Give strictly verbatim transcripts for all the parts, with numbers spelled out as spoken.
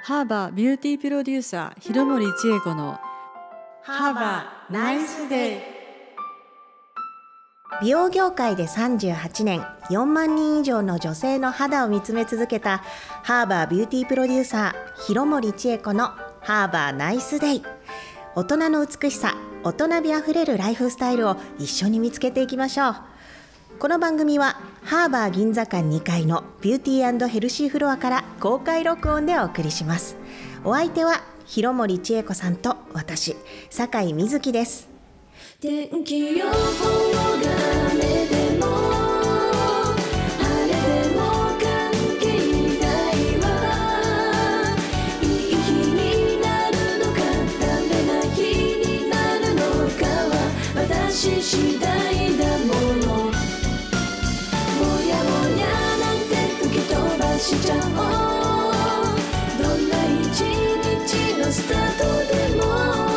ハーバービューティープロデューサー広森千恵子のハーバーナイスデイ。 美容業界でさんじゅうはちねん、よんまんにん以上の女性の肌を見つめ続けたハーバービューティープロデューサー広森千恵子のハーバーナイスデイ。大人の美しさ、大人びあふれるライフスタイルを一緒に見つけていきましょう。この番組はハーバー銀座館にかいのビューティー&ヘルシーフロアから公開録音でお送りします。お相手は広森千恵子さんと私、酒井瑞希です。 天気予報が雨でも晴れでも関係ないわ。いい日になるのかダメな日になるのかは私次第だもの。もやもやなんて吹き飛ばしちゃおう。どんな一日のスタートでも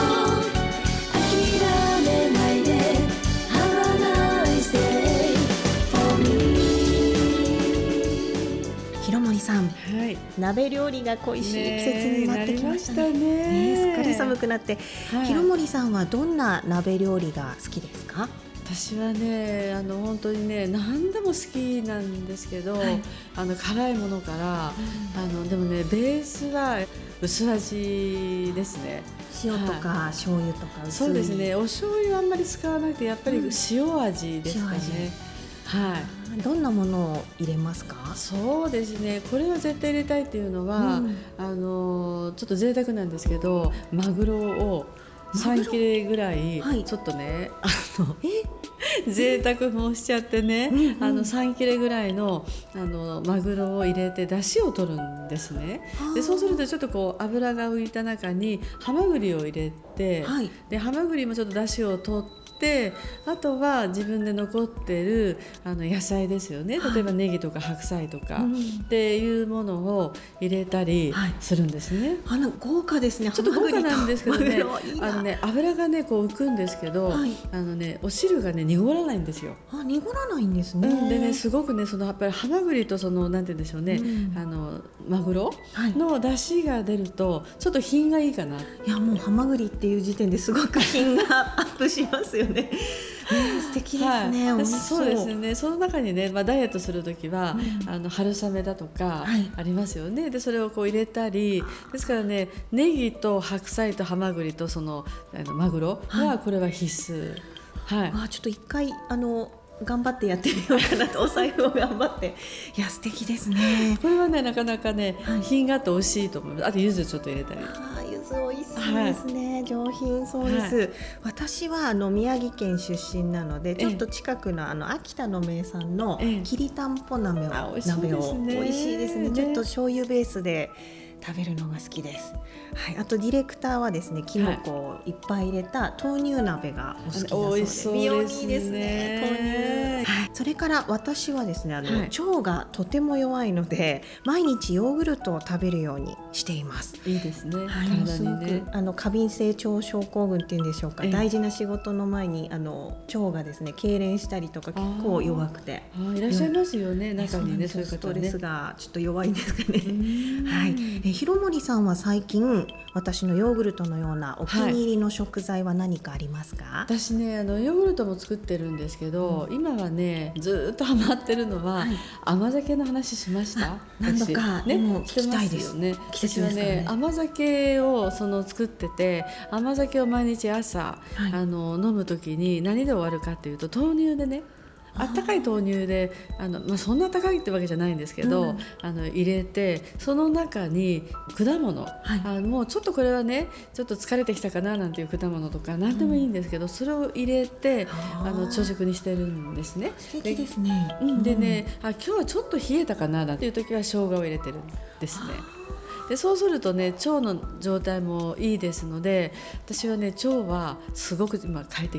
広森さん、 はい、 鍋料理が恋しい季節になってきました ね, ね, ねすっかり寒くなって、 はい、 広森さんはどんな鍋料理が好きですか？ 私はね、あの本当にね何でも好きなんですけど、はい、あの辛いものから、うん、あのでもねベースは薄味ですね。 塩とか、はい、醤油とか薄い。 そうですね、お醤油あんまり使わなくてやっぱり塩味ですかね、うん、はい。 どんなものを入れますか？ そうですね、これは絶対入れたいっていうのは、うん、あのちょっと贅沢なんですけど、マグロをさん切れぐらい、はい、ちょっとねあのえ贅沢もしちゃってね、うんうん、あのさん切れぐらい の, あのマグロを入れて出汁を取るんですね。でそうするとちょっとこう油が浮いた中にハマグリを入れて、はい、でハマグリもちょっと出汁を取ってであとは自分で残っているあの野菜ですよね。例えばネギとか白菜とか、はい、っていうものを入れたりするんですね、はい、 あの豪華ですね。 ちょっと豪華なんですけどね、あのね油がねこう浮くんですけど、はい、あのねお汁がね濁らないんですよ。 あ、濁らないんですね、 うん、でねすごくねそのやっぱりハマグリとそのなんて言うんでしょうね、うん、あのマグロの出汁が出るとちょっと品がいいかな。いやもうハマグリっていう時点ですごく品がアップしますよね。ね、素敵ですね、はい、 そうですね。その中にね、まあ、ダイエットするときは、うん、あの春雨だとかありますよね、はい、でそれをこう入れたりですからね、ネギと白菜とハマグリとそのあのマグロは、はい、これは必須、はい、 あちょっと一回あの頑張ってやってみようかなとお財布を頑張っていや素敵ですね。 これはねなかなかね、はい、品があって美味しいと思います。あと柚子ちょっと入れたり。 あ柚子美味しそうですね、はい、上品そうです、はい、私はあの宮城県出身なのでちょっと近くの、あの秋田の名産のきりたんぽ鍋を、 ええ、 鍋を美味しいですね。ちょっと醤油ベースで食べるのが好きです、はい、あとディレクターはですねきのこをいっぱい入れた豆乳鍋がお好きだそうで、 美味しそうですね。 美容にいいですね豆乳、はい、それから私はですねあの、はい、腸がとても弱いので毎日ヨーグルトを食べるようにしています。 いいですね、 はい、体にねあの過敏性腸症候群っていうんでしょうか、大事な仕事の前にあの腸がですね痙攣したりとか結構弱くてあいらっしゃいますよね、うん、中にねそういう方ね、ストレスがちょっと弱いんですかねはい、え広森さんは最近私のヨーグルトのようなお気に入りの食材は何かありますか？はい、 私ねあのヨーグルトも作ってるんですけど、うん、今はねずっとハマってるのは、はい、甘酒の話しました？ 何度か、ね、でも聞きたいですよね。 私はね甘酒をその作ってて、甘酒を毎日朝、はい、あの飲むときに何で終わるかっていうと豆乳でね、あったかい豆乳であの、まあ、そんな高いってわけじゃないんですけど、うん、あの入れてその中に果物、はい、あのもうちょっとこれはねちょっと疲れてきたかななんていう果物とか何でもいいんですけど、うん、それを入れてあの朝食にしてるんですね。 素敵ですね。 で、うん、でねあ今日はちょっと冷えたかななんていう時は生姜を入れてるんですね。でそうするとね腸の状態もいいですので、私はね腸はすごく今快適。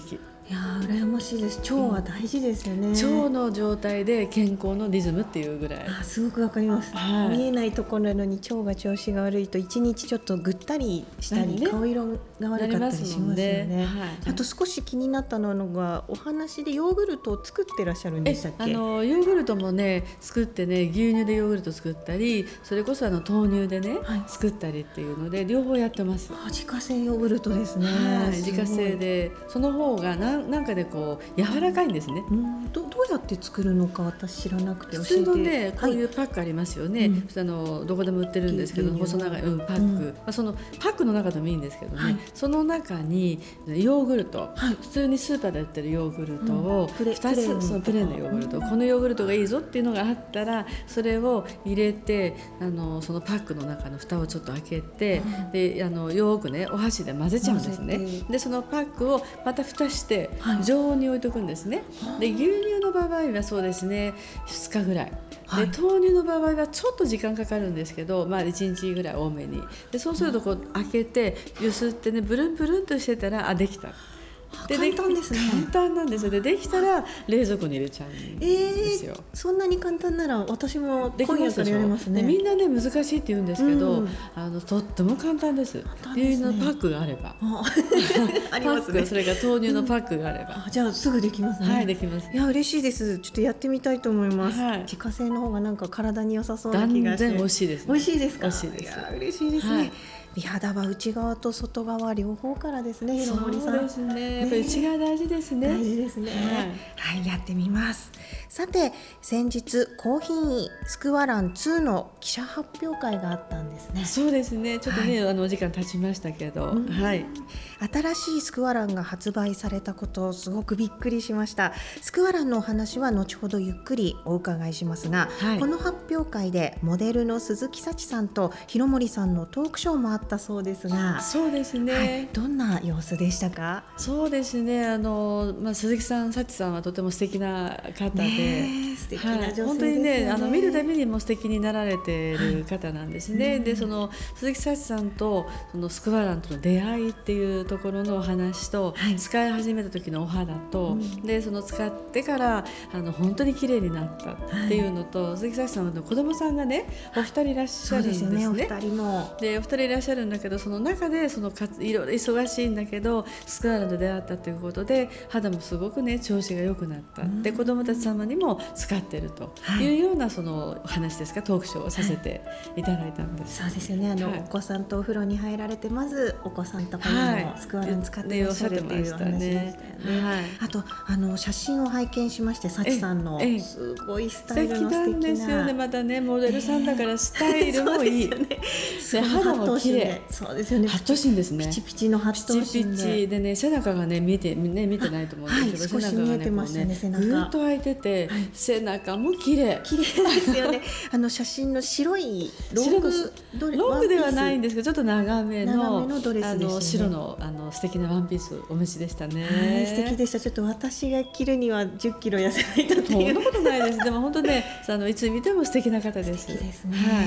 いやー羨ましいです。腸は大事ですよね、 腸の状態で健康のリズムっていうぐらい。 あすごくわかります、はい、見えないところなのに腸が調子が悪いと一日ちょっとぐったりしたり、ね、顔色が悪かったりしますよね、ね、はい、あと少し気になったのがお話でヨーグルトを作ってらっしゃるんでしたっけ？ あのヨーグルトもね作ってね、牛乳でヨーグルト作ったり、それこそあの豆乳でね、はい、作ったりっていうので両方やってます。 あ自家製ヨーグルトですね、 はい、自家製でその方がななんかでこう柔らかいんですね。 うん、ど, どうやって作るのか私知らなくて教えて。 普通のねこういうパックありますよね、はい、あのどこでも売ってるんですけど、細長い、うん、パック、うんまあ、そのパックの中でもいいんですけどね、はい、その中にヨーグルト、はい、普通にスーパーで売ってるヨーグルトをふたつ、うん、そのプレーンのヨーグルト、うん、このヨーグルトがいいぞっていうのがあったらそれを入れて、あのそのパックの中の蓋をちょっと開けて、うん、であのよくねお箸で混ぜちゃうんですね。でそのパックをまた蓋して常温に置いとくんですね、はい、で牛乳の場合はそうですねふつかぐらいで、豆乳の場合はちょっと時間かかるんですけど、まあ、いちにちぐらい多めにで、そうするとこう開けてゆすってねブルンブルンとしてたらあできたで簡単ですね。 簡単なんですよ。でできたら冷蔵庫に入れちゃうんですよ、 えー、そんなに簡単なら私も今夜からやりますね。 でみんなね難しいって言うんですけど、うん、あのとっても簡単です。牛乳のパックがあればありますね。それが豆乳のパックがあれば、 うん、じゃあすぐできますね。 はいできます。 いや嬉しいです。ちょっとやってみたいと思います、はい、自家製の方がなんか体に良さそうな気がして。 断然美味しいです、ね、 美味しいですか？ 美味しいです。いや嬉しいですね、はい、美肌は内側と外側両方からですね。広森さんそうですね。やっぱり内側大事ですね。 大事ですね、はい、はい、やってみます。さて先日コーヒースクワランツーの記者発表会があったんですね。 そうですね。ちょっとね、はい、あのお時間経ちましたけど、はい、 新しいスクワランが発売されたことすごくびっくりしました。スクワランのお話は後ほどゆっくりお伺いしますが、はい、この発表会でモデルの鈴木幸さんと広森さんのトークショーもあったそうですが。 そうですね、はい、 どんな様子でしたか？ そうですね、あの、まあ、鈴木さん幸さんはとても素敵な方で、 ね、素敵な女性ですよね、はい、 本当にねあの見るたびにも素敵になられている方なんですね、はい、でその鈴木幸さんとそのスクワランとの出会いっていうところのお話と、はい、使い始めた時のお肌と、うん、でその使ってからあの本当に綺麗になったっていうのと、はい、鈴木幸さんの子供さんがねお二人いらっしゃるんですね。 そうですよね、お二人もでお二人いらっしゃるんだけど、その中でそのかいろいろ忙しいんだけどスクワランと出会ったということで肌もすごくね調子が良くなった、うん、で子供たち様にも使ってるというような、はい、その話ですか、トークショーをさせていただいたんです、 はい、そうですよね。あの、はい、お子さんとお風呂に入られてまずお子さんとかにもスクワラン使っていらっしゃるっていうお話でしたよね。はい、あとあの写真を拝見しまして、幸さんのすごいスタイルの素敵な、素敵なんですよね。またねモデルさんだからスタイルもいい、えー、ですよね。肌も綺麗。そうですよね。 ハットシンですね。 ピチピチのハットシンで、 ピチピチでね、背中がね見えて、ね、見てないと思うんですけど、 はい、少し見えてましたね。背中ぐーっと開いてて、はい、背中も綺麗綺麗ですよね。あの写真の白いロングドレロングではないんですけど、ちょっと長め の, 長めのドレスでしたね。 あの白のあの素敵なワンピースお召しでしたね。 はい、素敵でした。ちょっと私が着るにはじゅっキロ痩せないとっていう。 そんなことないです。でも本当ね、あのいつ見ても素敵な方です。 素敵ですね。はい、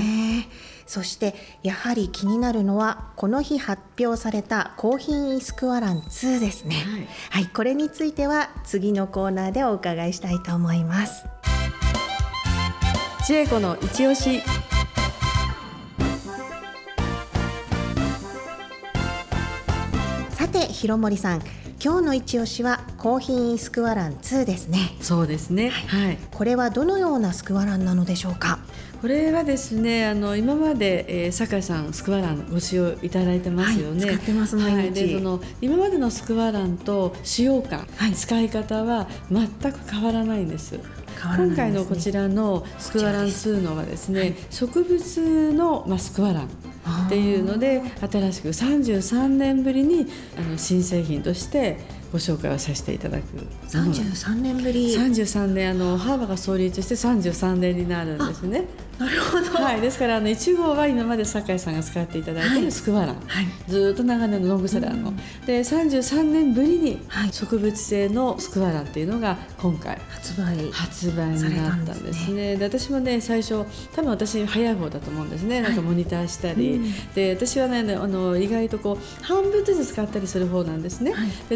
そしてやはり気になるのはこの日発表されたコーヒースクワランツーですね。はい、はい、これについては次のコーナーでお伺いしたいと思います。 千恵子の一押し。 さて広森さん、今日の一押しはコーヒースクワランツーですね。 そうですね、はいはい、 これはどのようなスクワランなのでしょうか？ これはですね、あの今まで、えー、酒井さんスクワランご使用いただいてますよね。 はい、使ってます毎日。はい、 でその今までのスクワランと使用感、はい、使い方は全く変わらないんです。今回のこちらのスクワランツーのはですね、はい、植物の、まあ、スクワランっていうので新しくさんじゅうさんねんぶりにあの新製品としてご紹介をさせていただく。 さんじゅうさんねんぶり。 さんじゅうさんねん、あのハーバが創立してさんじゅうさんねんになるんですね。 なるほど。 はい、ですからあのいち号は今まで酒井さんが使っていただいているスクワラン、はい、ずっと長年のロングセラーの、うん、でさんじゅうさんねんぶりに植物性のスクワランっていうのが今回発売発売になったんですね。で私もね最初多分私早い方だと思うんですね。なんかモニターしたり、はい、で私はねあの意外とこう半分ずつ使ったりする方なんですね。はい、でどうなの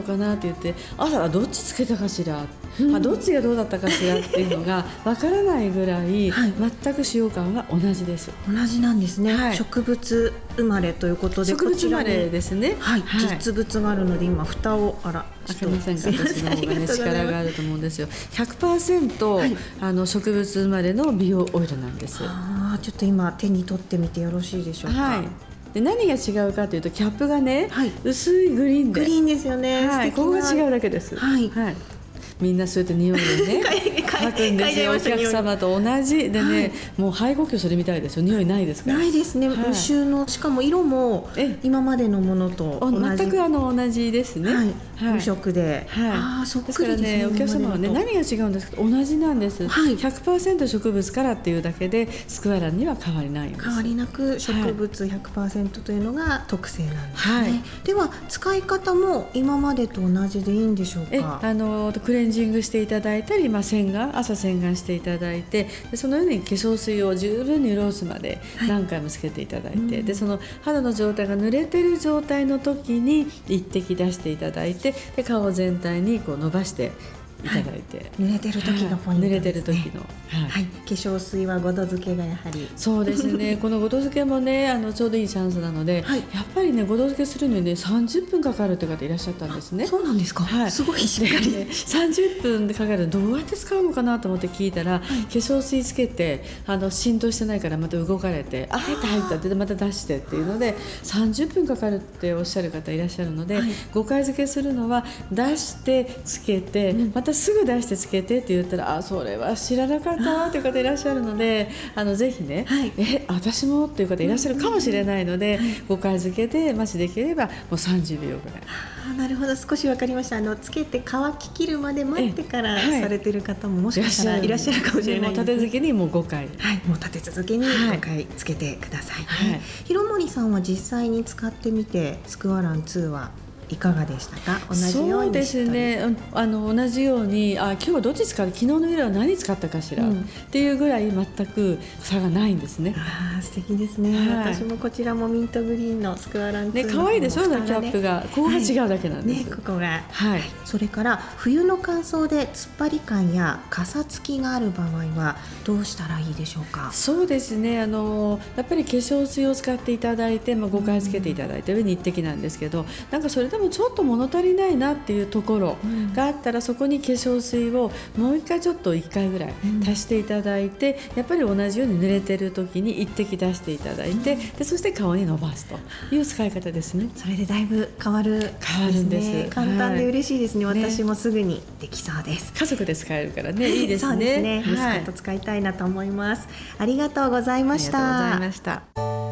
かなって言って朝はどっちつけたかしら、うん、あどっちがどうだったかしらっていうのがわからないぐらい、はい、全く使用感は同じです。 同じなんですね、はい、植物生まれということで植物生まれですね、 はいはい、実物があるので今蓋をあら開けませんか、私の方がね力があると思うんですよ。 ひゃくパーセント、はい、あの植物生まれの美容オイルなんです。 あちょっと今手に取ってみてよろしいでしょうか。 はい、で何が違うかというとキャップがね、はい、薄いグリーンでグリーンですよね、 はい、ここが違うだけです。はい、はい、みんなそうやって匂いをね嗅ぐんですよ。お客様と同じでね、はい、もう肺呼吸それみたいですよ。匂いないですから。 ないですね、はい、無臭のしかも色も今までのものと同じ全くあの同じですね、はいはい、無色で、はい、あそっくりですね。 ですからねお客様はね何が違うんですか同じなんです、はい、ひゃくパーセント 植物からっていうだけでスクワランには変わりないんです。 変わりなく植物 ひゃくパーセント というのが特性なんですね、はい、では使い方も今までと同じでいいんでしょうか。 えあのクレンジングしていただいたり、まあ、洗顔朝洗顔していただいてでそのように化粧水を十分に潤すまで何回もつけていただいて、はい、でその肌の状態が濡れてる状態の時に一滴出していただいてで顔全体にこう伸ばしていただいて、はい、 濡れてる時がポイントですね、はい、濡れてる時の、はいはい、化粧水はごど漬けがやはりそうですねこのごど漬けもねあのちょうどいいチャンスなので、はい、やっぱりねごど漬けするのにねさんじゅっぷんかかるって方いらっしゃったんですね。 そうなんですか、はい、すごいしっかり、ね、 さんじゅっぷんでかかるどうやって使うのかなと思って聞いたら、はい、化粧水つけてあの浸透してないからまた動かれてあ入った入ったってまた出してっていうのでさんじゅっぷんかかるっておっしゃる方いらっしゃるので、はい、ごかい漬けするのは出してつけて、うん、またすぐ出してつけてって言ったらあそれは知らなかったわという方いらっしゃるのであのぜひね、はい、え私もっていう方いらっしゃるかもしれないので、はい、ごかい漬けでもしできればもうさんじゅうびょうぐらい。 あなるほど少し分かりました。あのつけて乾ききるまで待ってからされてる方ももしかしたらいらっしゃるかもしれないです、ね、 もう立て続けにもうごかい、 はい、もう立て続けにごかいつけてください、はいはい、広森さんは実際に使ってみてスクワランツーはいかがでしたか。同じようにそうですねあの同じようにあ今日はどっち使う昨日の夜は何使ったかしら、うん、っていうぐらい全く差がないんですね。 あ素敵ですね、はい、私もこちらもミントグリーンのスクワランツーのね可愛いでしょ、ね、キャップがここが違うだけなんです、 はいね、ここが、はい、それから冬の乾燥で突っ張り感やかさつきがある場合はどうしたらいいでしょうか。 そうですねあのやっぱり化粧水を使っていただいて、まあ、ごかいつけていただいて、うん、上に一滴なんですけどなんかそれでもちょっと物足りないなっていうところがあったら、うん、そこに化粧水をもう一回ちょっといっかいぐらい足していただいて、うん、やっぱり同じように濡れてる時に一滴出していただいて、うん、でそして顔に伸ばすという使い方ですね。 それでだいぶ変わる、ね、 変わるんです。 簡単で嬉しいですね、はい、私もすぐにできそうです、 ね、家族で使えるからねいいですね。 そうですね、息子と使いたいなと思います、はい、ありがとうございました。 ありがとうございました。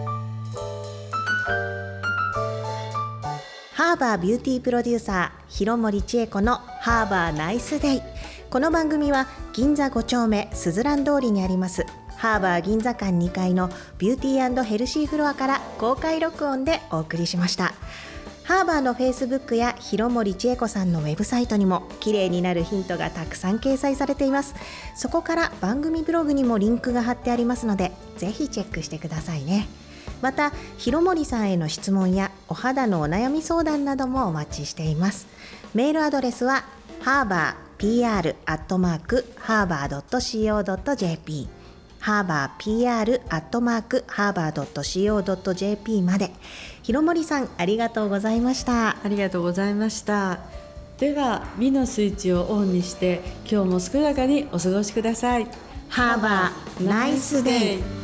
ハーバービューティープロデューサー広森千恵子のハーバーナイスデイ。この番組は銀座ご丁目すずらん通りにありますハーバー銀座館にかいのビューティー&ヘルシーフロアから公開録音でお送りしました。ハーバーのフェイスブックや広森千恵子さんのウェブサイトにも綺麗になるヒントがたくさん掲載されています。そこから番組ブログにもリンクが貼ってありますのでぜひチェックしてくださいね。また広森さんへの質問やお肌のお悩み相談などもお待ちしています。メールアドレスは ハーバーピーアール アットマーク ハーバー ドット シーオー ドット ジェーピー ハーバー ピーアール アットマーク ハーバー ドット シーオー ドット ジェーピー まで。広森さんありがとうございました。 ありがとうございました。では美のスイッチをオンにして今日も健やかにお過ごしください。 ハーバーナイスデイ。